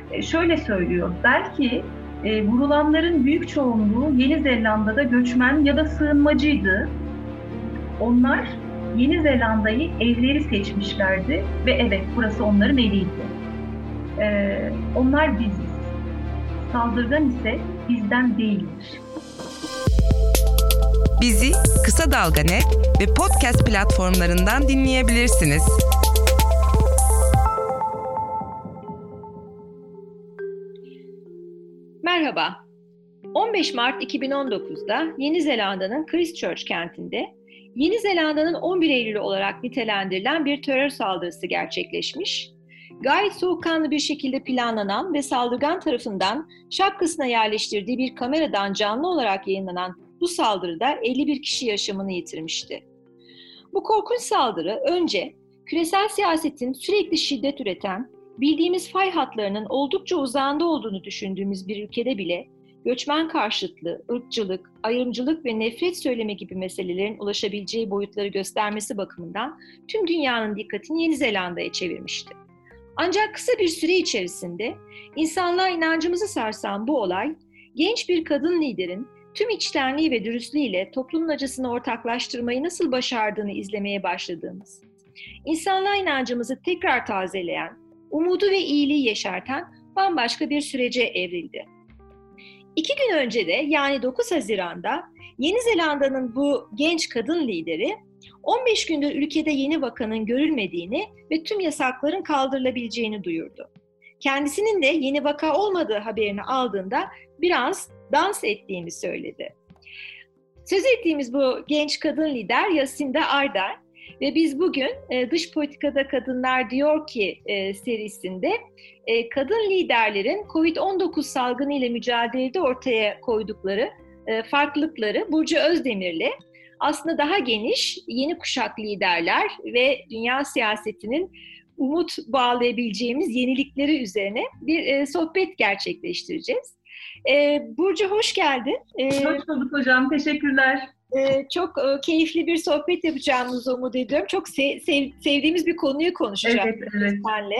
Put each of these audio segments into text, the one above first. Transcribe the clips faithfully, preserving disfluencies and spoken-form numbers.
e, şöyle söylüyor. Belki e, vurulanların büyük çoğunluğu Yeni Zelanda'da göçmen ya da sığınmacıydı. Onlar Yeni Zelanda'yı evleri seçmişlerdi ve evet, burası onların eviydi. E, onlar biziz. Saldırgan ise bizden değildir. Bizi Kısa Dalga Net ve podcast platformlarından dinleyebilirsiniz. Merhaba. on beş Mart iki bin on dokuz'da Yeni Zelanda'nın Christchurch kentinde Yeni Zelanda'nın on bir Eylül'ü olarak nitelendirilen bir terör saldırısı gerçekleşmiş. Gayet soğukkanlı bir şekilde planlanan ve saldırgan tarafından şapkasına yerleştirdiği bir kameradan canlı olarak yayınlanan bu saldırıda elli bir kişi yaşamını yitirmişti. Bu korkunç saldırı önce küresel siyasetin sürekli şiddet üreten, bildiğimiz fay hatlarının oldukça uzağında olduğunu düşündüğümüz bir ülkede bile göçmen karşıtlığı, ırkçılık, ayrımcılık ve nefret söylemi gibi meselelerin ulaşabileceği boyutları göstermesi bakımından tüm dünyanın dikkatini Yeni Zelanda'ya çevirmişti. Ancak kısa bir süre içerisinde insanlığa inancımızı sarsan bu olay, genç bir kadın liderin tüm içtenliği ve dürüstlüğüyle toplumun acısını ortaklaştırmayı nasıl başardığını izlemeye başladığımız, insanlığa inancımızı tekrar tazeleyen, umudu ve iyiliği yeşerten bambaşka bir sürece evrildi. İki gün önce de yani dokuz Haziran'da Yeni Zelanda'nın bu genç kadın lideri on beş gündür ülkede yeni vakanın görülmediğini ve tüm yasakların kaldırılabileceğini duyurdu. Kendisinin de yeni vaka olmadığı haberini aldığında biraz dans ettiğini söyledi. Söz ettiğimiz bu genç kadın lider Jacinda Ardern ve biz bugün Dış Politikada Kadınlar Diyor Ki serisinde kadın liderlerin kovid on dokuz salgını ile mücadelede ortaya koydukları farklılıkları Burcu Özdemir'le aslında daha geniş, yeni kuşak liderler ve dünya siyasetinin umut bağlayabileceğimiz yenilikleri üzerine bir e, sohbet gerçekleştireceğiz. E, Burcu hoş geldin. E, hoş bulduk hocam, teşekkürler. E, çok e, keyifli bir sohbet yapacağımızı umut ediyorum. Çok sev, sev, sevdiğimiz bir konuyu konuşacağız evet, evet. seninle.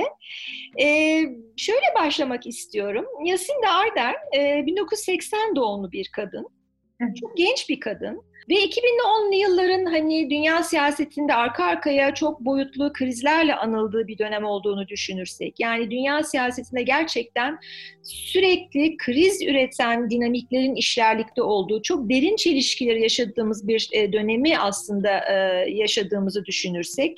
E, şöyle başlamak istiyorum. Jacinda Ardern e, bin dokuz yüz seksen doğumlu bir kadın. Evet. Çok genç bir kadın. Ve iki bin onlu yılların hani dünya siyasetinde arka arkaya çok boyutlu krizlerle anıldığı bir dönem olduğunu düşünürsek, yani dünya siyasetinde gerçekten sürekli kriz üreten dinamiklerin işlerlikte olduğu, çok derin çelişkileri yaşadığımız bir dönemi aslında yaşadığımızı düşünürsek,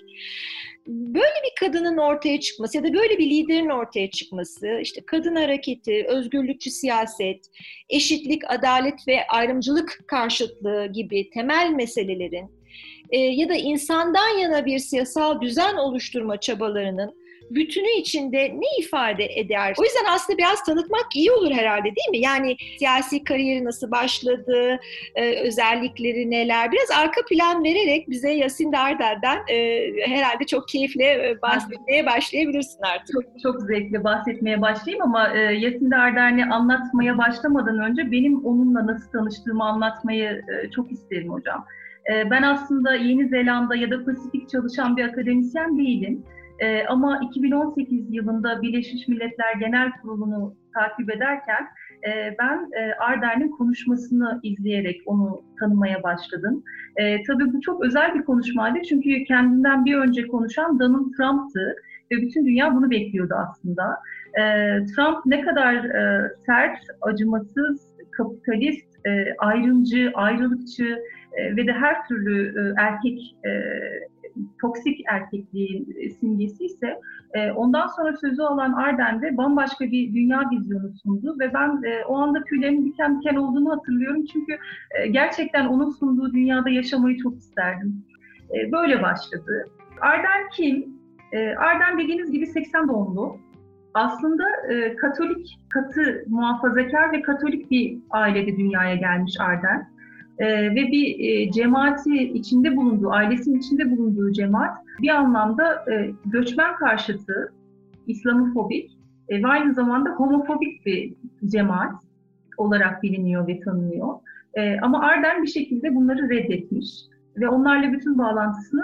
böyle bir kadının ortaya çıkması ya da böyle bir liderin ortaya çıkması, işte kadın hareketi, özgürlükçü siyaset, eşitlik, adalet ve ayrımcılık karşıtlığı gibi temel meselelerin e, ya da insandan yana bir siyasal düzen oluşturma çabalarının bütünü içinde ne ifade eder? O yüzden aslında biraz tanıtmak iyi olur herhalde, değil mi? Yani siyasi kariyeri nasıl başladı, e, özellikleri neler? Biraz arka plan vererek bize Jacinda Ardern'den e, herhalde çok keyifle bahsetmeye başlayabilirsin artık. Çok, çok zevkle bahsetmeye başlayayım ama e, Jacinda Ardern'i anlatmaya başlamadan önce benim onunla nasıl tanıştığımı anlatmayı e, çok isterim hocam. E, ben aslında Yeni Zelanda ya da Pasifik çalışan bir akademisyen değilim. Ee, ama iki bin on sekiz yılında Birleşmiş Milletler Genel Kurulu'nu takip ederken e, ben e, Ardern'in konuşmasını izleyerek onu tanımaya başladım. E, tabii bu çok özel bir konuşmaydı çünkü kendinden bir önce konuşan Donald Trump'tı ve bütün dünya bunu bekliyordu aslında. E, Trump ne kadar e, sert, acımasız, kapitalist, e, ayrımcı, ayrılıkçı e, ve de her türlü e, erkek e, toksik erkekliğin simgesi ise e, ondan sonra sözü alan Ardern de bambaşka bir dünya vizyonu sundu ve ben e, o anda tüylerimin diken diken olduğunu hatırlıyorum çünkü e, gerçekten onun sunduğu dünyada yaşamayı çok isterdim. E, böyle başladı. Ardern kim? E, Ardern dediğiniz gibi seksen doğumlu. Aslında e, Katolik, katı, muhafazakar ve Katolik bir ailede dünyaya gelmiş Ardern. Ee, ve bir e, cemaati içinde bulunduğu, ailesinin içinde bulunduğu cemaat bir anlamda e, göçmen karşıtı, İslamofobik e, ve aynı zamanda homofobik bir cemaat olarak biliniyor ve tanınıyor. E, ama Ardern bir şekilde bunları reddetmiş ve onlarla bütün bağlantısını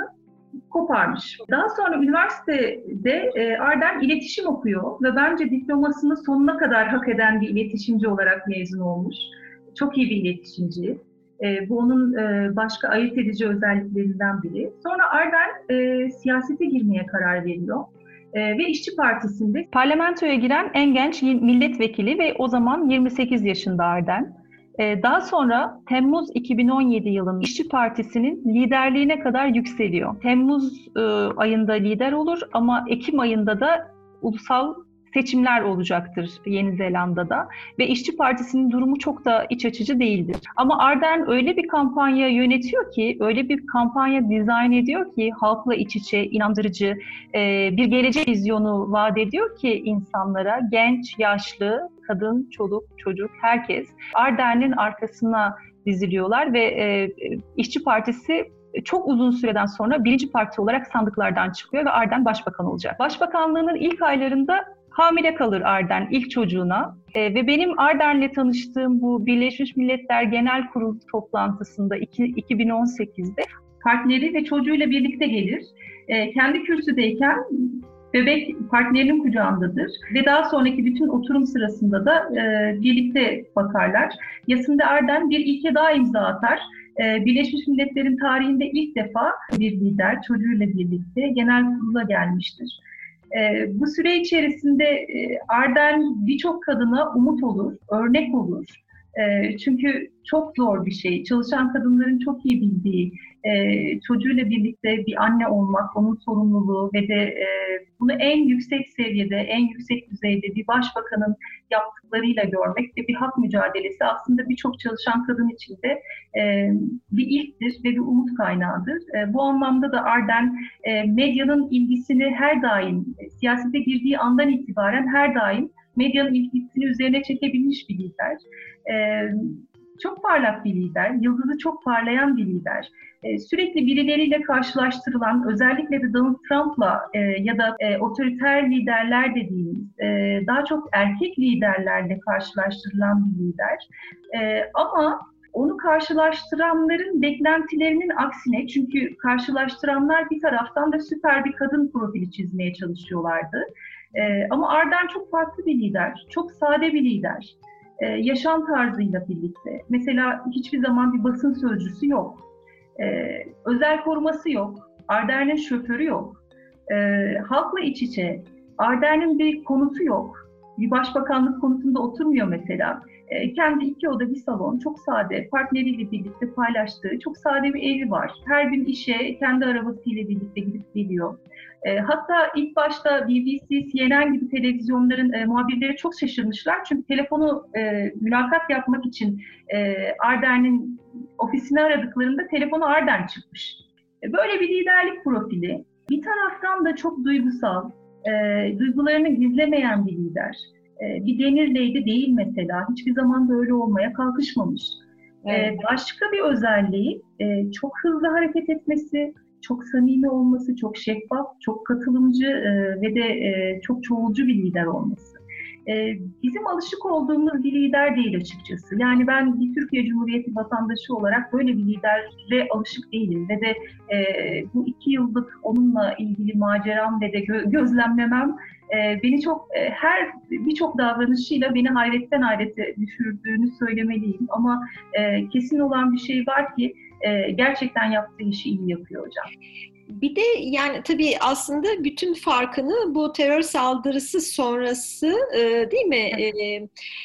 koparmış. Daha sonra üniversitede e, Arden iletişim okuyor ve bence diplomasını sonuna kadar hak eden bir iletişimci olarak mezun olmuş. Çok iyi bir iletişimci. E, bu onun e, başka ayırt edici özelliklerinden biri. Sonra Arden e, siyasete girmeye karar veriyor. E, ve İşçi Partisi'nde parlamentoya giren en genç milletvekili ve o zaman yirmi sekiz yaşında Arden. Daha sonra Temmuz iki bin on yedi yılında İşçi Partisi'nin liderliğine kadar yükseliyor. Temmuz e, ayında lider olur ama Ekim ayında da ulusal seçimler olacaktır Yeni Zelanda'da ve İşçi Partisi'nin durumu çok da iç açıcı değildir. Ama Arden öyle bir kampanya yönetiyor ki, öyle bir kampanya dizayn ediyor ki halkla iç içe, inandırıcı e, bir gelecek vizyonu vaat ediyor ki insanlara, genç, yaşlı, kadın, çoluk, çocuk, herkes Arden'in arkasına diziliyorlar ve e, İşçi Partisi çok uzun süreden sonra birinci parti olarak sandıklardan çıkıyor ve Arden başbakan olacak. Başbakanlığının ilk aylarında hamile kalır Arden ilk çocuğuna e, ve benim Arden'le tanıştığım bu Birleşmiş Milletler Genel Kurulu toplantısında iki bin on sekizde partneri ve çocuğuyla birlikte gelir. E, kendi kürsüdeyken bebek partnerinin kucağındadır ve daha sonraki bütün oturum sırasında da e, birlikte bakarlar. Yasinda Arden bir ilke daha imza atar. E, Birleşmiş Milletler'in tarihinde ilk defa bir lider çocuğuyla birlikte genel kurula gelmiştir. E, bu süre içerisinde e, Arden birçok kadına umut olur, örnek olur. E, çünkü çok zor bir şey. Çalışan kadınların çok iyi bildiği, e, çocuğuyla birlikte bir anne olmak, onun sorumluluğu ve de e, bunu en yüksek seviyede, en yüksek düzeyde bir başbakanın yaptıklarıyla görmek ve bir hak mücadelesi aslında birçok çalışan kadın için de e, bir ilktir ve bir umut kaynağıdır. E, bu anlamda da Arden e, medyanın ilgisini her daim, e, siyasete girdiği andan itibaren her daim medyanın ilgisini üzerine çekebilmiş bir lider. E, Çok parlak bir lider, yıldızı çok parlayan bir lider. Ee, sürekli birileriyle karşılaştırılan, özellikle de Donald Trump'la e, ya da e, otoriter liderler dediğimiz, e, daha çok erkek liderlerle karşılaştırılan bir lider. E, ama onu karşılaştıranların beklentilerinin aksine, çünkü karşılaştıranlar bir taraftan da süper bir kadın profili çizmeye çalışıyorlardı. E, ama Arden çok farklı bir lider, çok sade bir lider. Ee, yaşam tarzıyla birlikte. Mesela hiçbir zaman bir basın sözcüsü yok. Ee, özel koruması yok. Arden'in şoförü yok. Ee, halkla iç içe. Arden'in bir konutu yok. Bir başbakanlık konutunda oturmuyor mesela. Ee, kendi iki oda bir salon, çok sade, partneriyle birlikte paylaştığı çok sade bir evi var. Her gün işe kendi arabasıyla birlikte gidip geliyor. E, hatta ilk başta B B C, C N N gibi televizyonların e, muhabirleri çok şaşırmışlar. Çünkü telefonu e, mülakat yapmak için e, Arden'in ofisini aradıklarında telefonu Arden çıkmış. E, böyle bir liderlik profili. Bir taraftan da çok duygusal, e, duygularını gizlemeyen bir lider. E, bir denirleydi değil mesela. Hiçbir zaman böyle olmaya kalkışmamış. Evet. E, başka bir özelliği e, çok hızlı hareket etmesi, çok samimi olması, çok şeffaf, çok katılımcı e, ve de e, çok çoğulcu bir lider olması. E, bizim alışık olduğumuz bir lider değil açıkçası. Yani ben bir Türkiye Cumhuriyeti vatandaşı olarak böyle bir liderle alışık değilim ve de e, bu iki yıllık onunla ilgili maceram ve de gö- gözlemlemem e, beni çok e, her birçok davranışıyla beni hayretten hayrete düşürdüğünü söylemeliyim. Ama e, kesin olan bir şey var ki e, gerçekten yaptığı işi iyi yapıyor hocam. Bir de yani tabii aslında bütün farkını bu terör saldırısı sonrası e, değil mi e,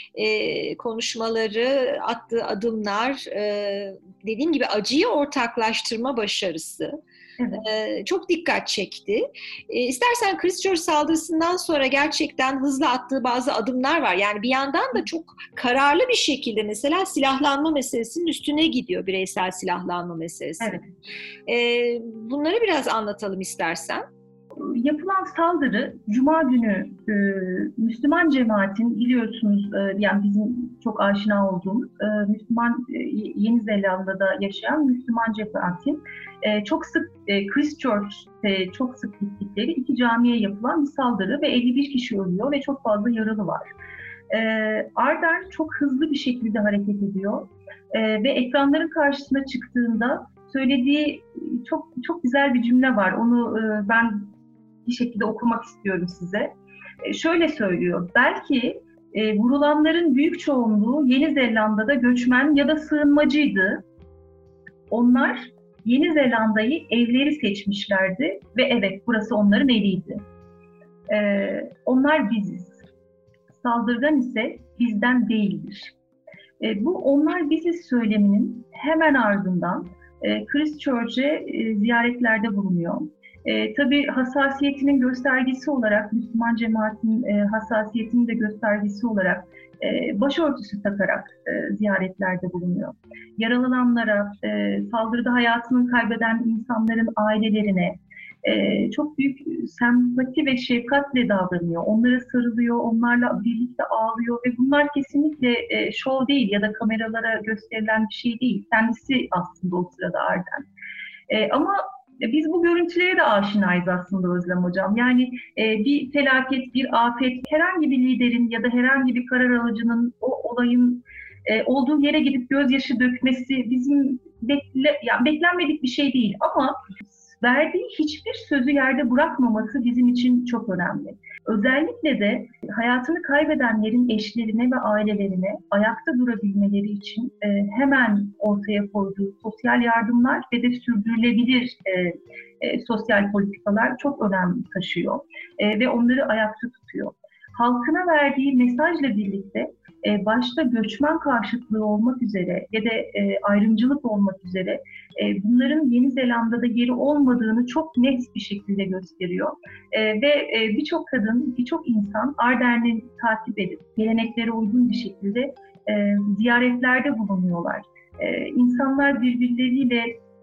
e, konuşmaları, attığı adımlar, e, dediğim gibi acıyı ortaklaştırma başarısı. Evet. Ee, çok dikkat çekti. Ee, istersen Christchurch saldırısından sonra gerçekten hızlı attığı bazı adımlar var. Yani bir yandan da çok kararlı bir şekilde mesela silahlanma meselesinin üstüne gidiyor, bireysel silahlanma meselesi. Evet. Ee, bunları biraz anlatalım istersen. Yapılan saldırı Cuma günü e, Müslüman cemaatin, biliyorsunuz e, yani bizim çok aşina olduğumuz e, Müslüman e, Yeni Zelanda'da yaşayan Müslüman cemaatin e, çok sık e, Christchurch'te çok sık gittikleri iki camiye yapılan bir saldırı ve elli bir kişi ölüyor ve çok fazla yaralı var. E, Arden çok hızlı bir şekilde hareket ediyor e, ve ekranların karşısına çıktığında söylediği çok çok güzel bir cümle var. Onu e, ben bir şekilde okumak istiyorum size. E, şöyle söylüyor, belki e, vurulanların büyük çoğunluğu Yeni Zelanda'da göçmen ya da sığınmacıydı. Onlar Yeni Zelanda'yı evleri seçmişlerdi ve evet, burası onların eviydi. Ee, onlar biziz. Saldırgan ise bizden değildir. Ee, bu onlar biziz söyleminin hemen ardından e, Christchurch'e e, ziyaretlerde bulunuyor. E, tabii hassasiyetinin göstergesi olarak, Müslüman cemaatin e, hassasiyetinin de göstergesi olarak e, başörtüsü takarak e, ziyaretlerde bulunuyor. Yaralananlara, e, saldırıda hayatını kaybeden insanların ailelerine e, çok büyük sempati ve şefkatle davranıyor. Onlara sarılıyor, onlarla birlikte ağlıyor ve bunlar kesinlikle e, şov değil ya da kameralara gösterilen bir şey değil. Kendisi aslında o sırada Arden. E, ama biz bu görüntülere de aşinayız aslında Özlem Hocam. Yani e, bir felaket, bir afet, herhangi bir liderin ya da herhangi bir karar alıcının o olayın e, olduğu yere gidip gözyaşı dökmesi bizim bekle, yani beklenmedik bir şey değil. Ama verdiği hiçbir sözü yerde bırakmaması bizim için çok önemli. Özellikle de hayatını kaybedenlerin eşlerine ve ailelerine ayakta durabilmeleri için e, hemen ortaya koyduğu sosyal yardımlar ve de sürdürülebilir e, e, sosyal politikalar çok önem taşıyor e, ve onları ayakta tutuyor. Halkına verdiği mesajla birlikte e, başta göçmen karşıtlığı olmak üzere ve de e, ayrımcılık olmak üzere e, bunların Yeni Zelanda'da yeri olmadığını çok net bir şekilde gösteriyor. E, ve e, birçok kadın, birçok insan Arden'i takip edip geleneklere uygun bir şekilde e, ziyaretlerde bulunuyorlar. E, insanlar birbirleriyle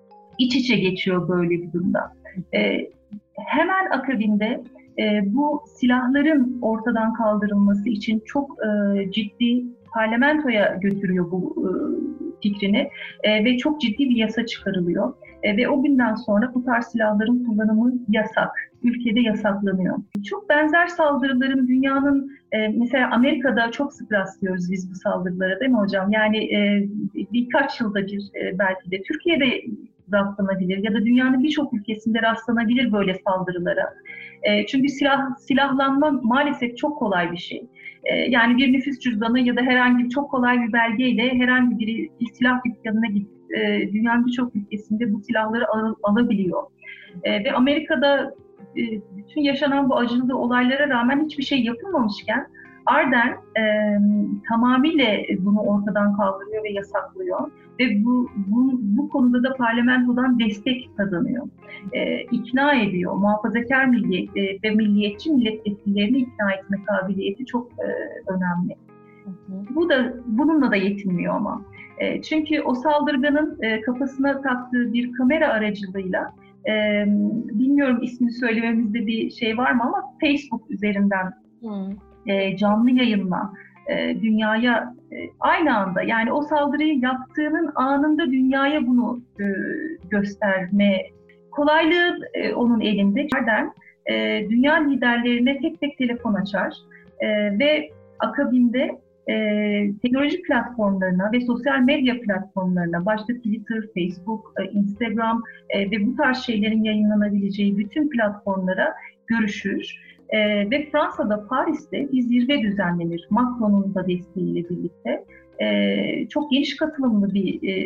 iç içe geçiyor böyle bir durumda. E, hemen akabinde E, bu silahların ortadan kaldırılması için çok e, ciddi parlamentoya götürüyor bu e, fikrini e, ve çok ciddi bir yasa çıkarılıyor. E, ve o günden sonra bu tarz silahların kullanımı yasak, ülkede yasaklanıyor. Çok benzer saldırıların dünyanın, e, mesela Amerika'da çok sık rastlıyoruz biz bu saldırılara, değil mi hocam? Yani e, birkaç yılda bir e, belki de Türkiye'de rastlanabilir ya da dünyanın birçok ülkesinde rastlanabilir böyle saldırılara. E, çünkü silah silahlanma maalesef çok kolay bir şey. E, yani bir nüfus cüzdanı ya da herhangi çok kolay bir belgeyle herhangi biri bir silah dükkanına gidip e, dünyanın birçok ülkesinde bu silahları al, alabiliyor. E, ve Amerika'da e, bütün yaşanan bu acılı olaylara rağmen hiçbir şey yapılmamışken Arden e, tamamıyla bunu ortadan kaldırıyor ve yasaklıyor ve bu bu, bu konuda da parlamentodan destek kazanıyor. E, ikna ediyor. Muhafazakar milliyet e, ve milliyetçi milletvekillerini ikna etme kabiliyeti çok e, önemli. Hı hı. Bu da bununla da yetinmiyor ama. E, çünkü o saldırganın e, kafasına taktığı bir kamera aracılığıyla, e, bilmiyorum ismini söylememizde bir şey var mı ama Facebook üzerinden hı. E, canlı yayınla e, dünyaya e, aynı anda, yani o saldırıyı yaptığının anında dünyaya bunu e, gösterme kolaylığı e, onun elinde. Arden e, dünya liderlerine tek tek telefon açar e, ve akabinde e, teknoloji platformlarına ve sosyal medya platformlarına, başta Twitter, Facebook, e, Instagram e, ve bu tarz şeylerin yayınlanabileceği bütün platformlara görüşür. Ee, ve Fransa'da, Paris'te bir zirve düzenlenir. Macron'un da desteğiyle birlikte. Ee, çok geniş katılımlı bir e,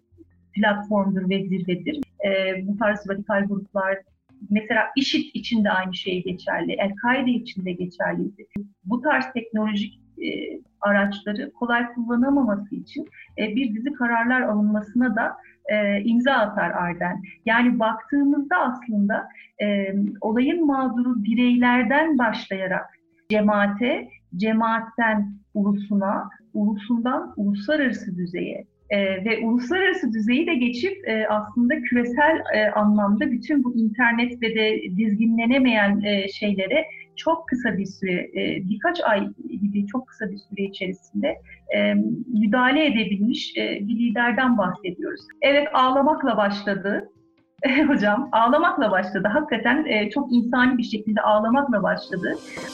platformdur ve zirvedir. Ee, bu tarz radikal gruplar, mesela IŞİD için de aynı şey geçerli, El-Kaide için de geçerliydi. Bu tarz teknolojik e, araçları kolay kullanamaması için e, bir dizi kararlar alınmasına da e, imza atar Arden. Yani baktığımızda aslında e, olayın mağduru bireylerden başlayarak cemaate, cemaatten ulusuna, ulusundan uluslararası düzeye e, ve uluslararası düzeyi de geçip e, aslında küresel e, anlamda bütün bu internet ve de dizginlenemeyen e, şeylere çok kısa bir süre, e, birkaç ay gibi çok kısa bir süre içerisinde e, müdahale edebilmiş e, bir liderden bahsediyoruz. Evet, ağlamakla başladı. Hocam, ağlamakla başladı. Hakikaten e, çok insani bir şekilde ağlamakla başladı.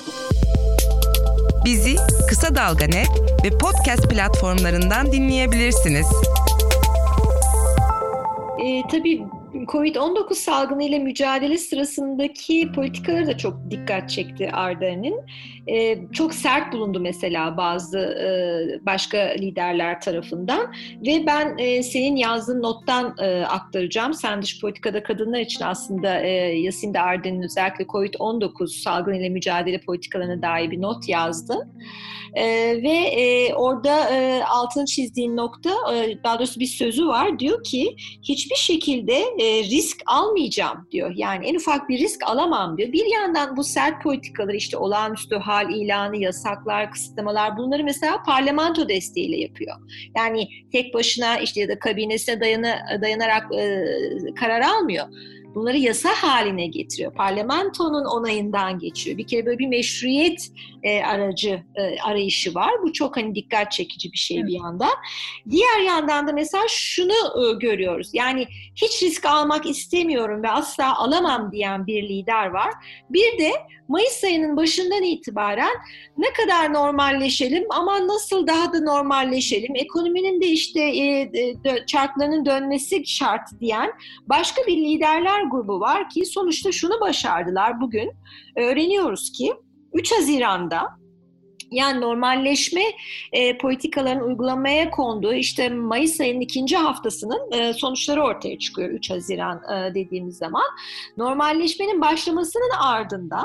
Bizi Kısa Dalga Net ve podcast platformlarından dinleyebilirsiniz. tabii kovid on dokuz salgını ile mücadele sırasındaki politikaları da çok dikkat çekti Ardern'in. E, çok sert bulundu mesela bazı e, başka liderler tarafından ve ben e, senin yazdığın nottan e, aktaracağım. Sen dış politikada kadınlar için aslında e, Jacinda Ardern'in özellikle kovid on dokuz salgını ile mücadele politikalarına dair bir not yazdın. E, ve e, orada e, altını çizdiğin nokta, e, daha doğrusu bir sözü var. Diyor ki hiçbir şekilde e, risk almayacağım diyor. Yani en ufak bir risk alamam diyor. Bir yandan bu sert politikalar, işte olağanüstü hal ilanı, yasaklar, kısıtlamalar, bunları mesela parlamento desteğiyle yapıyor. Yani tek başına işte ya da kabinesine dayanı, dayanarak e, karar almıyor. Bunları yasa haline getiriyor. Parlamentonun onayından geçiyor. Bir kere böyle bir meşruiyet e, aracı e, arayışı var. Bu çok hani dikkat çekici bir şey evet. Bir yandan. Diğer yandan da mesela şunu e, görüyoruz. Yani hiç risk almak istemiyorum ve asla alamam diyen bir lider var. Bir de Mayıs ayının başından itibaren ne kadar normalleşelim, ama nasıl daha da normalleşelim, ekonominin de işte e, e, çarklarının dönmesi şart diyen başka bir liderler grubu var ki sonuçta şunu başardılar bugün. Öğreniyoruz ki üç Haziran'da, yani normalleşme e, politikalarının uygulamaya konduğu işte Mayıs ayının ikinci haftasının e, sonuçları ortaya çıkıyor üç Haziran e, dediğimiz zaman. Normalleşmenin başlamasının ardından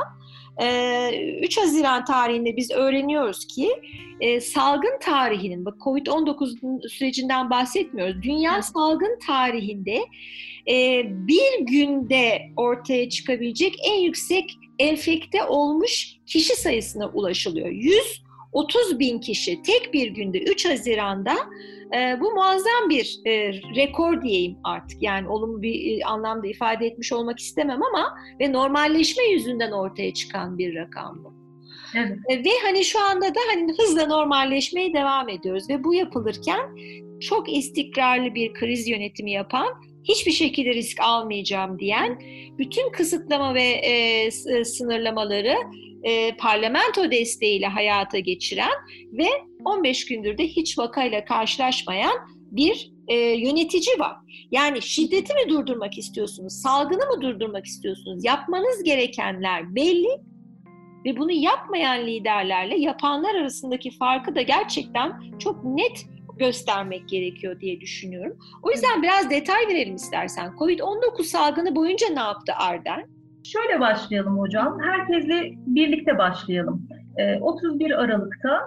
e, üç Haziran tarihinde biz öğreniyoruz ki e, salgın tarihinin, bak kovid on dokuz sürecinden bahsetmiyoruz, dünya salgın tarihinde e, bir günde ortaya çıkabilecek en yüksek enfekte olmuş kişi sayısına ulaşılıyor. yüz otuz bin kişi tek bir günde üç Haziran'da, e, bu muazzam bir e, rekor diyeyim artık. Yani olumlu bir e, anlamda ifade etmiş olmak istemem ama ve normalleşme yüzünden ortaya çıkan bir rakam bu. Evet. E, ve hani şu anda da hani hızla normalleşmeye devam ediyoruz ve bu yapılırken çok istikrarlı bir kriz yönetimi yapan, hiçbir şekilde risk almayacağım diyen, bütün kısıtlama ve e, sınırlamaları e, parlamento desteğiyle hayata geçiren ve on beş gündür de hiç vakayla karşılaşmayan bir e, yönetici var. Yani şiddeti mi durdurmak istiyorsunuz, salgını mı durdurmak istiyorsunuz? Yapmanız gerekenler belli ve bunu yapmayan liderlerle yapanlar arasındaki farkı da gerçekten çok net göstermek gerekiyor diye düşünüyorum. O yüzden biraz detay verelim istersen. kovid on dokuz salgını boyunca ne yaptı Ardern? Şöyle başlayalım hocam. Herkesle birlikte başlayalım. otuz bir Aralık'ta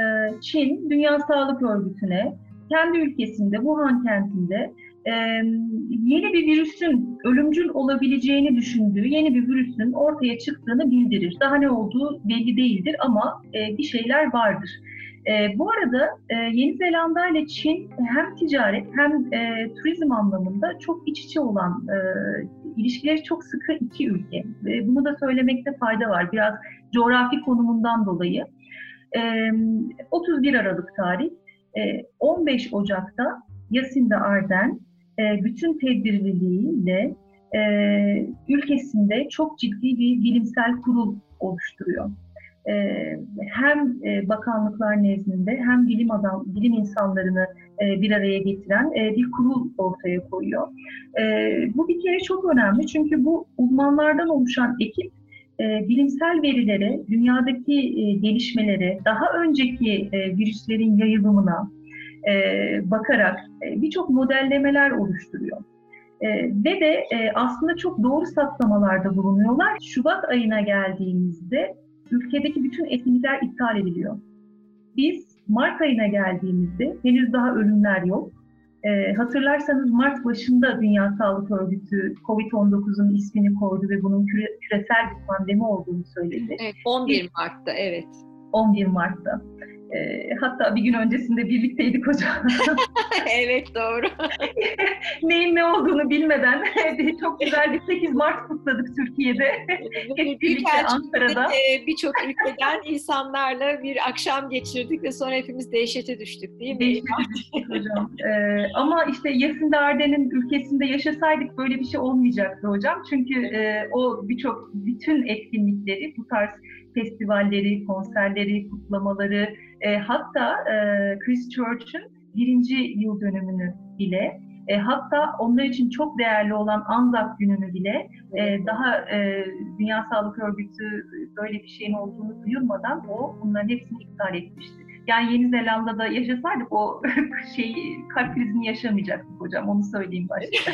Çin Dünya Sağlık Örgütü'ne kendi ülkesinde, Wuhan kentinde yeni bir virüsün ölümcül olabileceğini düşündüğü yeni bir virüsün ortaya çıktığını bildirir. Daha ne olduğu belli değildir ama bir şeyler vardır. E, bu arada e, Yeni Zelanda ile Çin hem ticaret hem e, turizm anlamında çok iç içe olan, e, ilişkileri çok sıkı iki ülke. E, bunu da söylemekte fayda var, biraz coğrafi konumundan dolayı. E, otuz bir Aralık tarih, e, on beş Ocak'ta Jacinda Ardern e, bütün tedbirliliğiyle e, ülkesinde çok ciddi bir bilimsel kurul oluşturuyor. Hem bakanlıklar nezdinde hem bilim adam, bilim insanlarını bir araya getiren bir kurul ortaya koyuyor. Bu bir kere çok önemli çünkü bu uzmanlardan oluşan ekip bilimsel verilere, dünyadaki gelişmelere, daha önceki virüslerin yayılımına bakarak birçok modellemeler oluşturuyor. Ve de aslında çok doğru saptamalarda bulunuyorlar. Şubat ayına geldiğimizde ülkedeki bütün etkinlikler iptal ediliyor. Biz Mart ayına geldiğimizde henüz daha ölümler yok. E, hatırlarsanız Mart başında Dünya Sağlık Örgütü kovid on dokuzun ismini koydu ve bunun küre, küresel bir pandemi olduğunu söyledi. Evet, on bir Mart'ta, evet. on bir Mart'ta. E, hatta bir gün öncesinde birlikteydik hocam. Evet, doğru. Neyin ne olduğunu bilmeden çok güzel bir sekiz Mart kutladık Türkiye'de. Hep birlikte Ankara'da. Birçok ülkeden insanlarla bir akşam geçirdik ve sonra hepimiz dehşete düştük, değil mi? Dehşete düştük hocam. Ee, ama işte Jacinda Ardern'in ülkesinde yaşasaydık böyle bir şey olmayacaktı hocam. Çünkü e, o birçok, bütün etkinlikleri, bu tarz festivalleri, konserleri, kutlamaları, e, hatta e, Christchurch'un birinci yıl dönümünü bile E, hatta onlar için çok değerli olan Anzac gününü bile e, daha e, Dünya Sağlık Örgütü böyle bir şeyin olduğunu duyurmadan o bunların hepsini iptal etmişti. Yani Yeni Zelanda'da yaşasaydık o şeyi, kalp krizini yaşamayacaktık hocam, onu söyleyeyim başta.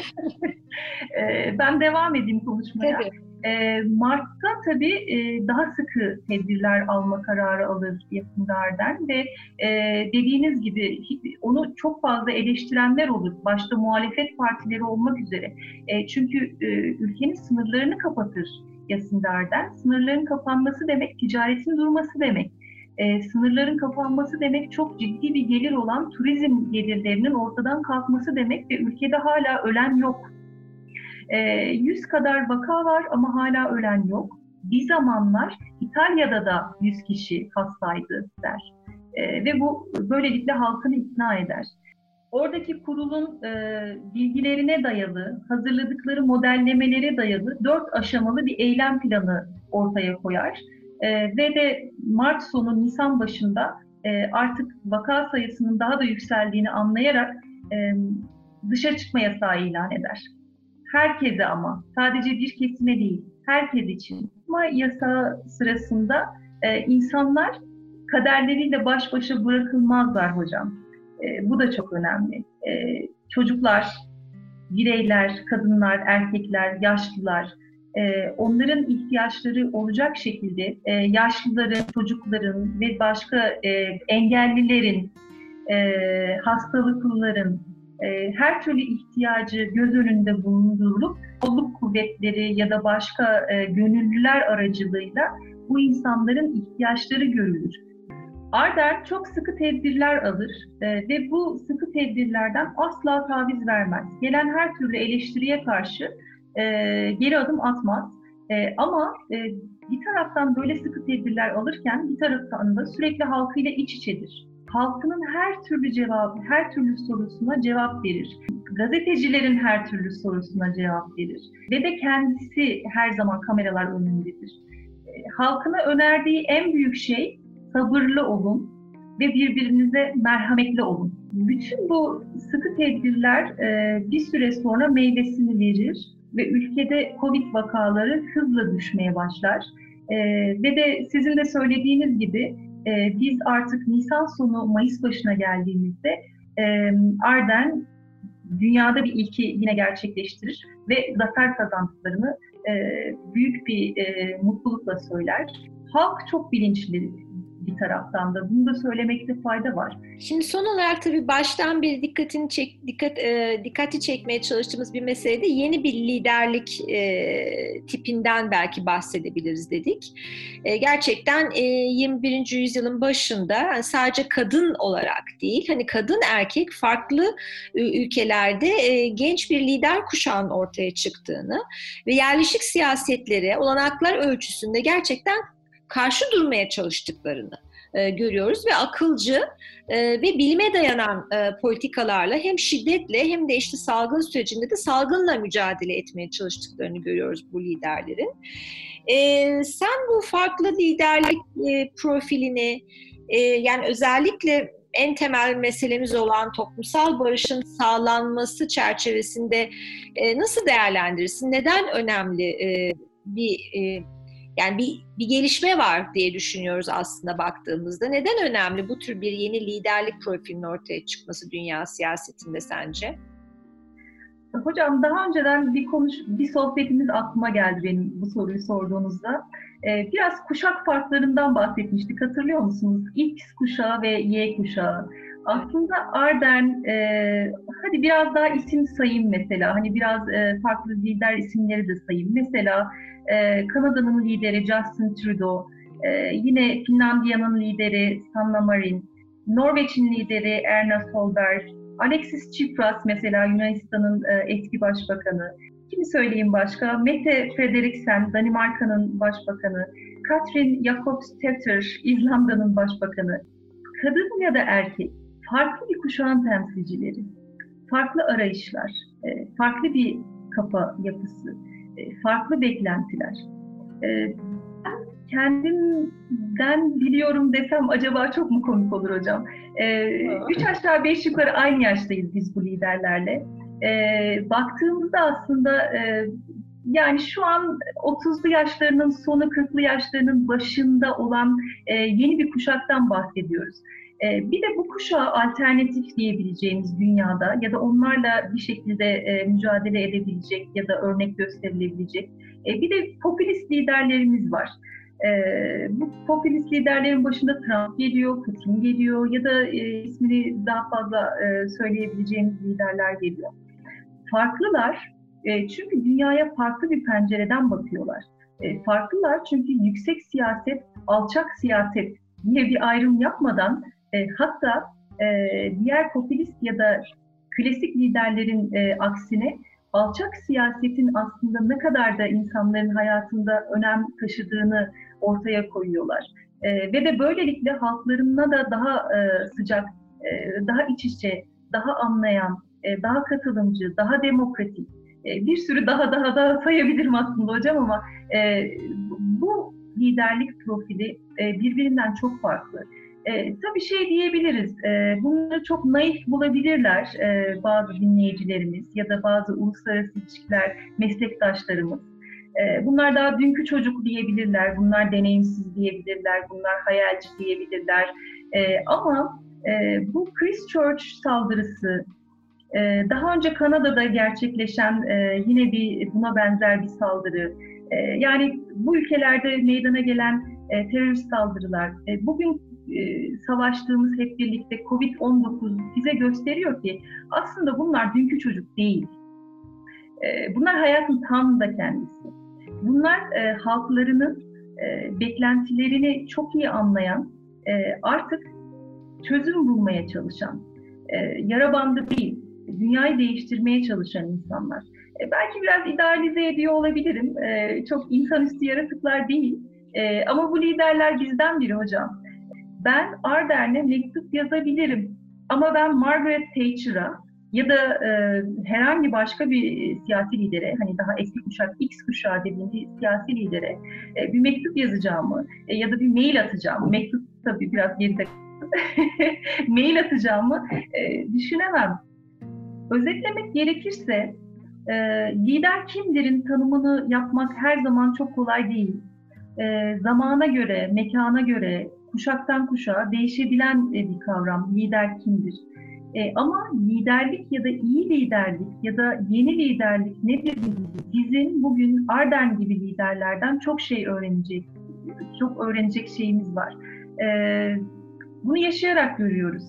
e, ben devam edeyim konuşmaya. Tabii. E, Mart'ta tabii e, daha sıkı tedbirler alma kararı alır Yakındar'dan ve e, dediğiniz gibi onu çok fazla eleştirenler olur. Başta muhalefet partileri olmak üzere. E, çünkü e, ülkenin sınırlarını kapatır Yakındar'dan. Sınırların kapanması demek ticaretin durması demek. E, sınırların kapanması demek çok ciddi bir gelir olan turizm gelirlerinin ortadan kalkması demek ve ülkede hala ölen yok. yüz kadar vaka var ama hala ölen yok. Bir zamanlar İtalya'da da yüz kişi hastaydı der. E, ve bu böylelikle halkını ikna eder. Oradaki kurulun e, bilgilerine dayalı, hazırladıkları modellemelere dayalı dört aşamalı bir eylem planı ortaya koyar. E, ve de Mart sonu, Nisan başında e, artık vaka sayısının daha da yükseldiğini anlayarak e, dışarı çıkma yasağı ilan eder. Herkese ama, sadece bir kesime değil, herkes için. Ama yasağı sırasında e, insanlar kaderleriyle baş başa bırakılmazlar hocam. E, bu da çok önemli. E, çocuklar, bireyler, kadınlar, erkekler, yaşlılar, e, onların ihtiyaçları olacak şekilde e, yaşlıların, çocukların ve başka e, engellilerin, e, hastalıklıların, e, her türlü ihtiyacı göz önünde bulundurulup kolluk kuvvetleri ya da başka e, gönüllüler aracılığıyla bu insanların ihtiyaçları görülür. Ardern çok sıkı tedbirler alır e, ve bu sıkı tedbirlerden asla taviz vermez. Gelen her türlü eleştiriye karşı e, geri adım atmaz. E, ama e, bir taraftan böyle sıkı tedbirler alırken bir taraftan da sürekli halkıyla iç içedir. Halkının her türlü cevabı, her türlü sorusuna cevap verir. Gazetecilerin her türlü sorusuna cevap verir. Ve de kendisi her zaman kameralar önündedir. E, halkına önerdiği en büyük şey sabırlı olun ve birbirinize merhametli olun. Bütün bu sıkı tedbirler e, bir süre sonra meyvesini verir ve ülkede Covid vakaları hızla düşmeye başlar. E, ve de sizin de söylediğiniz gibi e, biz artık Nisan sonu Mayıs başına geldiğimizde e, Ardern dünyada bir ilki yine gerçekleştirir ve zafer kazandıklarını e, büyük bir e, mutlulukla söyler. Halk çok bilinçli bir taraftan da. Bunu da söylemekte fayda var. Şimdi son olarak tabii baştan bir dikkatini çek, dikkat e, dikkati çekmeye çalıştığımız bir meselede yeni bir liderlik e, tipinden belki bahsedebiliriz dedik. E, gerçekten e, yirmi birinci yüzyılın başında yani sadece kadın olarak değil, hani kadın erkek farklı e, ülkelerde e, genç bir lider kuşağının ortaya çıktığını ve yerleşik siyasetlere, olanaklar ölçüsünde gerçekten karşı durmaya çalıştıklarını e, görüyoruz ve akılcı e, ve bilime dayanan e, politikalarla hem şiddetle hem de işte salgın sürecinde de salgınla mücadele etmeye çalıştıklarını görüyoruz bu liderlerin. E, sen bu farklı liderlik e, profilini e, yani özellikle en temel meselemiz olan toplumsal barışın sağlanması çerçevesinde e, nasıl değerlendirirsin? Neden önemli e, bir e, Yani bir, bir gelişme var diye düşünüyoruz aslında baktığımızda. Neden önemli bu tür bir yeni liderlik profilinin ortaya çıkması dünya siyasetinde sence? Hocam daha önceden bir konuş, bir sohbetimiz aklıma geldi benim bu soruyu sorduğunuzda. Ee, biraz kuşak farklarından bahsetmiştik, hatırlıyor musunuz? X kuşağı ve Y kuşağı. Aslında Ardern, e, hadi biraz daha isim sayayım mesela. Hani biraz e, farklı lider isimleri de sayayım. Mesela e, Kanada'nın lideri Justin Trudeau, e, yine Finlandiya'nın lideri Sanna Marin, Norveç'in lideri Erna Solberg, Alexis Tsipras mesela Yunanistan'ın e, eski başbakanı. Kimi söyleyeyim başka? Mette Frederiksen, Danimarka'nın başbakanı, Katrin Jakobsdottir, İzlanda'nın başbakanı. Kadın ya da erkek, farklı bir kuşağın temsilcileri, farklı arayışlar, farklı bir kafa yapısı, farklı beklentiler. Ben kendimden biliyorum desem acaba çok mu komik olur hocam? Üç aşağı beş yukarı aynı yaştayız biz bu liderlerle. E, baktığımızda aslında e, yani şu an otuzlu yaşlarının sonu, kırklı yaşlarının başında olan e, yeni bir kuşaktan bahsediyoruz. E, bir de bu kuşağa alternatif diyebileceğimiz dünyada ya da onlarla bir şekilde e, mücadele edebilecek ya da örnek gösterilebilecek e, bir de popülist liderlerimiz var. E, bu popülist liderlerin başında Trump geliyor, Putin geliyor ya da e, ismini daha fazla e, söyleyebileceğimiz liderler geliyor. Farklılar. E, çünkü dünyaya farklı bir pencereden bakıyorlar. E, farklılar çünkü yüksek siyaset, alçak siyaset diye bir ayrım yapmadan e, hatta e, diğer popülist ya da klasik liderlerin e, aksine alçak siyasetin aslında ne kadar da insanların hayatında önem taşıdığını ortaya koyuyorlar. E, ve de böylelikle halklarına da daha e, sıcak, e, daha iç içe, daha anlayan, e, daha katılımcı, daha demokratik, bir sürü daha daha daha sayabilirim aslında hocam ama e, bu liderlik profili e, birbirinden çok farklı. E, tabii şey diyebiliriz, e, bunları çok naif bulabilirler e, bazı dinleyicilerimiz ya da bazı uluslararası ilişkiler meslektaşlarımız. E, bunlar daha dünkü çocuk diyebilirler, bunlar deneyimsiz diyebilirler, bunlar hayalci diyebilirler. E, ama e, bu Christchurch saldırısı, daha önce Kanada'da gerçekleşen yine bir buna benzer bir saldırı, yani bu ülkelerde meydana gelen terörist saldırılar, bugün savaştığımız hep birlikte kovid on dokuz bize gösteriyor ki aslında bunlar dünkü çocuk değil. Bunlar hayatın tam da kendisi. Bunlar halklarının beklentilerini çok iyi anlayan, artık çözüm bulmaya çalışan, yara bandı değil, dünyayı değiştirmeye çalışan insanlar. E, belki biraz idealize ediyor olabilirim. E, çok insanüstü yaratıklar değil. E, ama bu liderler bizden biri hocam. Ben Ardern'e mektup yazabilirim. Ama ben Margaret Thatcher'a ya da e, herhangi başka bir siyasi lidere, hani daha eski kuşak, X kuşağı dediğim bir siyasi lidere e, bir mektup yazacağımı e, ya da bir mail atacağımı, mektup tabii biraz geride mail atacağımı e, düşünemem. Özetlemek gerekirse, e, lider kimdir'in tanımını yapmak her zaman çok kolay değil. E, zamana göre, mekana göre, kuşaktan kuşağa değişebilen bir kavram, lider kimdir? E, ama liderlik ya da iyi liderlik ya da yeni liderlik nedir? Bizim bugün Ardern gibi liderlerden çok şey öğrenecek, çok öğrenecek şeyimiz var. E, bunu yaşayarak görüyoruz.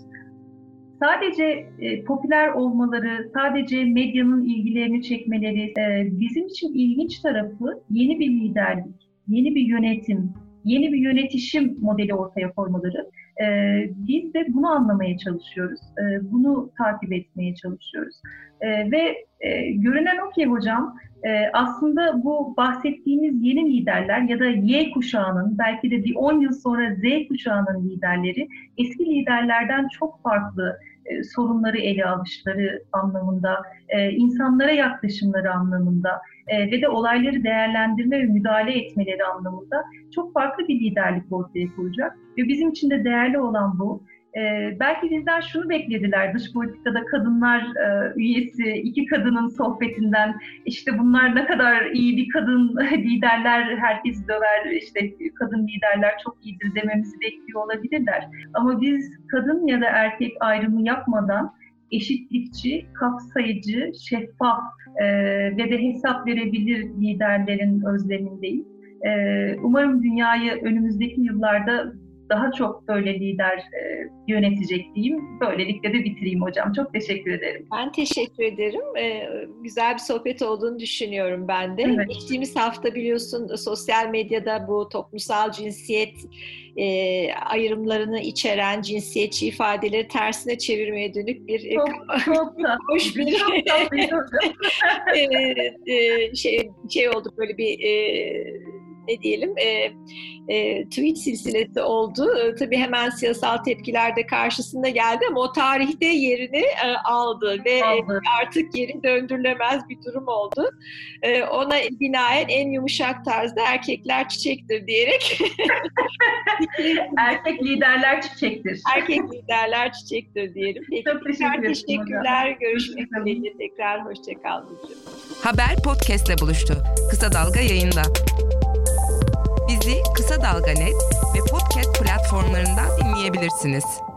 Sadece e, popüler olmaları, sadece medyanın ilgilerini çekmeleri, e, bizim için ilginç tarafı yeni bir liderlik, yeni bir yönetim, yeni bir yönetişim modeli ortaya koymaları. E, biz de bunu anlamaya çalışıyoruz, e, bunu takip etmeye çalışıyoruz. E, ve e, görünen o ki hocam, e, aslında bu bahsettiğimiz yeni liderler ya da Y kuşağının, belki de bir on yıl sonra Z kuşağının liderleri, eski liderlerden çok farklı e, sorunları ele alışları anlamında, e, insanlara yaklaşımları anlamında e, ve de olayları değerlendirme ve müdahale etmeleri anlamında çok farklı bir liderlik ortaya koyacak. Ve bizim için de değerli olan bu. Ee, belki bizden şunu beklediler, dış politikada kadınlar e, üyesi iki kadının sohbetinden, işte bunlar ne kadar iyi bir kadın liderler, herkes döver, işte kadın liderler çok iyidir dememizi bekliyor olabilirler. Ama biz kadın ya da erkek ayrımı yapmadan eşitlikçi, kapsayıcı, şeffaf e, ve de hesap verebilir liderlerin özlemindeyiz. E, umarım dünyayı önümüzdeki yıllarda daha çok böyle lider e, yönetecek diyeyim. Böylelikle de bitireyim hocam. Çok teşekkür ederim. Ben teşekkür ederim. Ee, güzel bir sohbet olduğunu düşünüyorum ben de. Evet. Geçtiğimiz hafta biliyorsun sosyal medyada bu toplumsal cinsiyet e, ayrımlarını içeren cinsiyetçi ifadeleri tersine çevirmeye dönük bir çok, çok hoş bir şey, şey oldu, böyle bir e, ne diyelim e, e, tweet silsilesi oldu. E, tabii hemen siyasal tepkiler de karşısında geldi ama o tarihte yerini e, aldı ve aldı. E, artık geri döndürülemez bir durum oldu. E, ona binaen en yumuşak tarzda erkekler çiçektir diyerek erkek liderler çiçektir. Erkek liderler çiçektir diyelim. Peki, Çok teşekkür teşekkürler. ederim. Görüşmek dileğiyle. Tekrar hoşça kal Burcu. Haber podcast'le buluştu. Kısa Dalga yayında. Bizi Kısa Dalga Net ve podcast platformlarından dinleyebilirsiniz.